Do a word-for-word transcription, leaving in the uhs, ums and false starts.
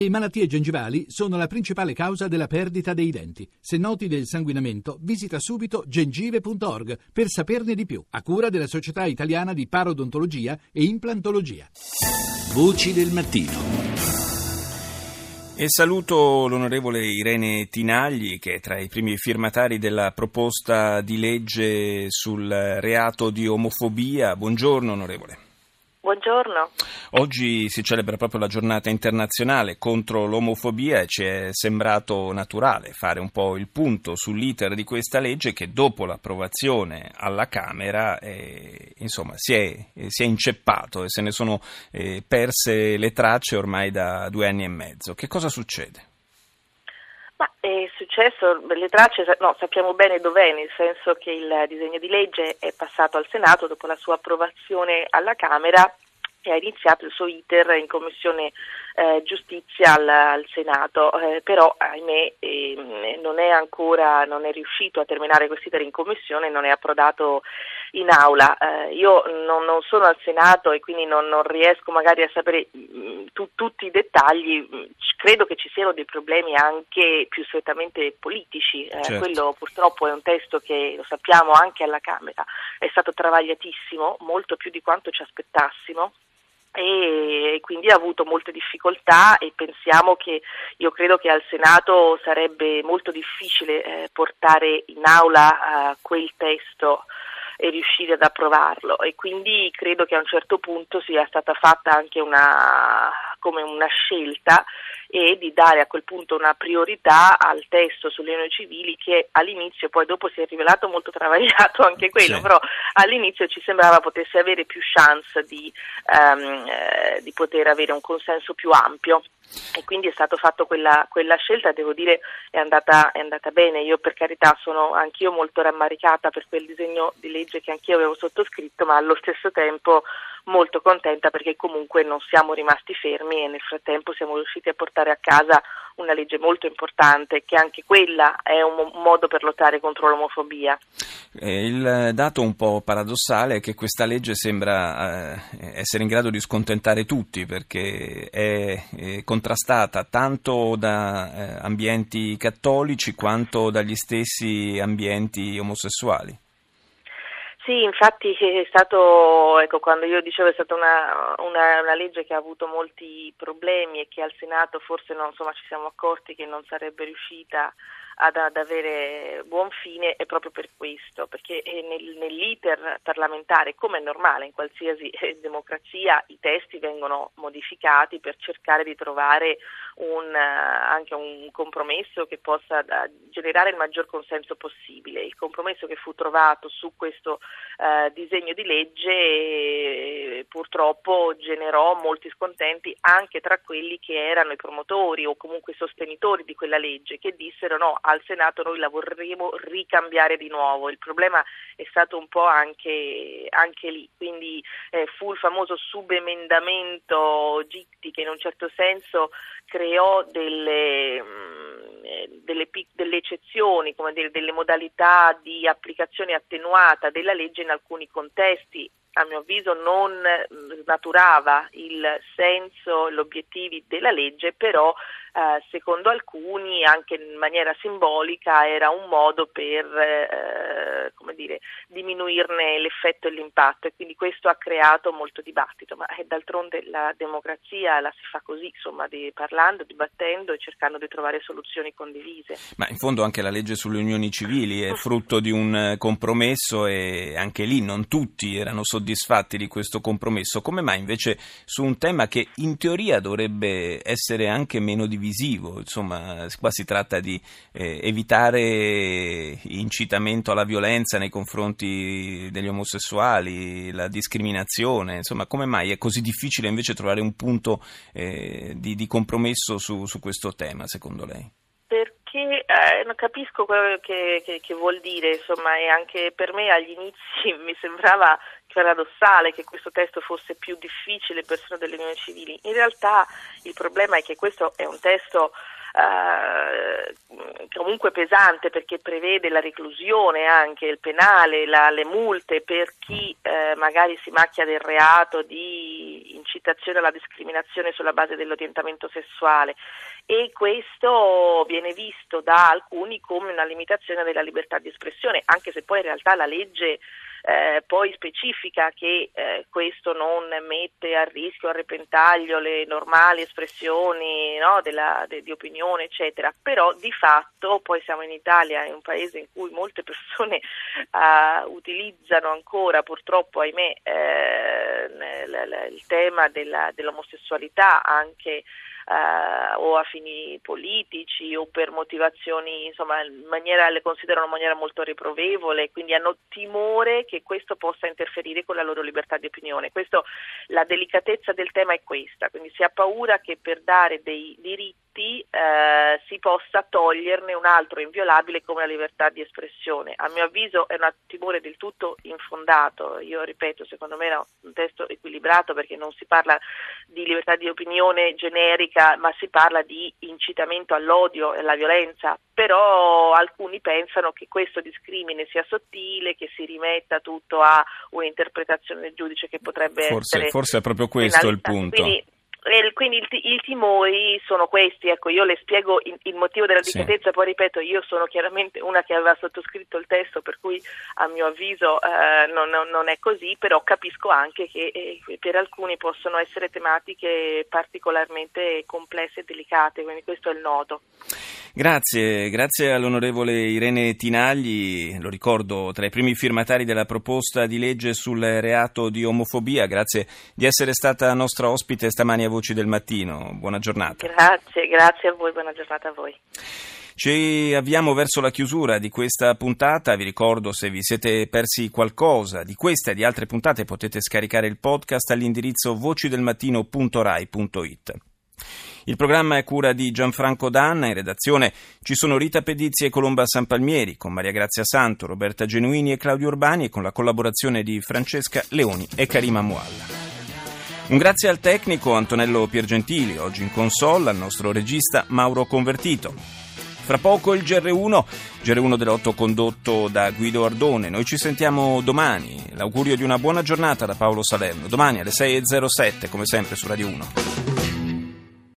Le malattie gengivali sono la principale causa della perdita dei denti. Se noti del sanguinamento, visita subito gengive punto org per saperne di più, a cura della Società Italiana di Parodontologia e Implantologia. Voci del mattino. E saluto l'onorevole Irene Tinagli, che è tra i primi firmatari della proposta di legge sul reato di omofobia. Buongiorno, onorevole. Buongiorno. Oggi si celebra proprio la giornata internazionale contro l'omofobia e ci è sembrato naturale fare un po' il punto sull'iter di questa legge che dopo l'approvazione alla Camera eh, insomma si è, eh, si è inceppato e se ne sono eh, perse le tracce ormai da due anni e mezzo. Che cosa succede? Ma è successo, le tracce no, sappiamo bene dov'è, nel senso che il disegno di legge è passato al Senato dopo la sua approvazione alla Camera e ha iniziato il suo iter in Commissione eh, Giustizia al, al Senato, eh, però ahimè eh, non è ancora, non è riuscito a terminare quest'iter in Commissione, non è approdato in aula. Eh, io non, non sono al Senato e quindi non, non riesco magari a sapere mh, tu, tutti i dettagli. Credo che ci siano dei problemi anche più strettamente politici. Eh, certo. Quello purtroppo è un testo che, lo sappiamo, anche alla Camera è stato travagliatissimo, molto più di quanto ci aspettassimo, e quindi ha avuto molte difficoltà e pensiamo che, io credo che al Senato sarebbe molto difficile eh, portare in aula eh, quel testo e riuscire ad approvarlo, e quindi credo che a un certo punto sia stata fatta anche una come una scelta e di dare a quel punto una priorità al testo sulle unioni civili che all'inizio, poi dopo si è rivelato molto travagliato anche quello, sì. Però all'inizio ci sembrava potesse avere più chance di, um, eh, di poter avere un consenso più ampio. E quindi è stato fatto quella, quella scelta, devo dire è andata, è andata bene. Io per carità sono anch'io molto rammaricata per quel disegno di legge che anch'io avevo sottoscritto, ma allo stesso tempo molto contenta perché comunque non siamo rimasti fermi e nel frattempo siamo riusciti a portare a casa una legge molto importante, che anche quella è un modo per lottare contro l'omofobia. Eh, il dato un po' paradossale è che questa legge sembra eh, essere in grado di scontentare tutti, perché è, è contrastata tanto da eh, ambienti cattolici quanto dagli stessi ambienti omosessuali. Sì, infatti è stato, ecco, quando io dicevo è stata una, una, una legge che ha avuto molti problemi e che al Senato forse non, insomma, ci siamo accorti che non sarebbe riuscita ad, ad avere buon fine, è proprio per questo, perché nel, nell'iter parlamentare, come è normale in qualsiasi eh, democrazia, i testi vengono modificati per cercare di trovare un, anche un compromesso che possa uh, generare il maggior consenso possibile. Il compromesso che fu trovato su questo uh, disegno di legge eh, purtroppo generò molti scontenti anche tra quelli che erano i promotori o comunque i sostenitori di quella legge, che dissero no, al Senato noi la vorremmo ricambiare di nuovo. Il problema è stato un po' anche, anche lì, quindi eh, fu il famoso subemendamento Gitti che in un certo senso creò delle, delle, delle eccezioni, come dire, delle modalità di applicazione attenuata della legge in alcuni contesti. A mio avviso non snaturava il senso e gli obiettivi della legge, però eh, secondo alcuni anche in maniera simbolica era un modo per eh, come dire, diminuirne l'effetto e l'impatto, e quindi questo ha creato molto dibattito, ma eh, d'altronde la democrazia la si fa così, insomma, di, parlando, dibattendo e cercando di trovare soluzioni condivise. Ma in fondo anche la legge sulle unioni civili è frutto di un compromesso e anche lì non tutti erano soddisfatti di questo compromesso. Come mai invece su un tema che in teoria dovrebbe essere anche meno divisivo, insomma qua si tratta di eh, evitare incitamento alla violenza nei confronti degli omosessuali, la discriminazione, insomma come mai è così difficile invece trovare un punto eh, di, di compromesso su, su questo tema secondo lei? Perché eh, non capisco quello che, che, che vuol dire, insomma, e anche per me agli inizi mi sembrava paradossale che questo testo fosse più difficile per persone delle unioni civili. In realtà il problema è che questo è un testo eh, comunque pesante, perché prevede la reclusione, anche il penale, la, le multe per chi eh, magari si macchia del reato di incitazione alla discriminazione sulla base dell'orientamento sessuale, e questo viene visto da alcuni come una limitazione della libertà di espressione, anche se poi in realtà la legge Eh, poi specifica che eh, questo non mette a rischio, a repentaglio le normali espressioni, no, della, de, di opinione, eccetera. Però di fatto poi siamo in Italia, in un paese in cui molte persone uh, utilizzano ancora, purtroppo ahimè, eh, l, l, il tema della, dell'omosessualità anche Uh, o a fini politici o per motivazioni, insomma, in maniera, le considerano in maniera molto riprovevole, quindi hanno timore che questo possa interferire con la loro libertà di opinione. Questo, la delicatezza del tema è questa, quindi si ha paura che per dare dei diritti eh, si possa toglierne un altro inviolabile come la libertà di espressione. A mio avviso è un timore del tutto infondato. Io ripeto, secondo me era un testo equilibrato, perché non si parla di libertà di opinione generica, ma si parla di incitamento all'odio e alla violenza. Però alcuni pensano che questo discrimine sia sottile, che si rimetta tutto a un'interpretazione del giudice che potrebbe forse, essere forse è proprio questo penalità. Il punto. Quindi, Quindi il, i timori sono questi, ecco, io le spiego il, il motivo della delicatezza, sì. Poi ripeto, io sono chiaramente una che aveva sottoscritto il testo, per cui a mio avviso eh, non, non è così, però capisco anche che eh, per alcuni possono essere tematiche particolarmente complesse e delicate, quindi questo è il nodo. Grazie, grazie all'onorevole Irene Tinagli, lo ricordo tra i primi firmatari della proposta di legge sul reato di omofobia. Grazie di essere stata nostra ospite stamani a Voci del Mattino. Buona giornata. Grazie, grazie a voi, buona giornata a voi. Ci avviamo verso la chiusura di questa puntata. Vi ricordo, se vi siete persi qualcosa di questa e di altre puntate, potete scaricare il podcast all'indirizzo vocidelmattino punto rai punto it. Il programma è a cura di Gianfranco Danna, in redazione ci sono Rita Pedizzi e Colomba Sanpalmieri, con Maria Grazia Santo, Roberta Genuini e Claudio Urbani, e con la collaborazione di Francesca Leoni e Karima Mualla. Un grazie al tecnico Antonello Piergentili, oggi in console, al nostro regista Mauro Convertito. Fra poco il G R uno, G R uno delle otto condotto da Guido Ardone. Noi ci sentiamo domani. L'augurio di una buona giornata da Paolo Salerno. Domani alle sei e zero sette, come sempre su Radio uno.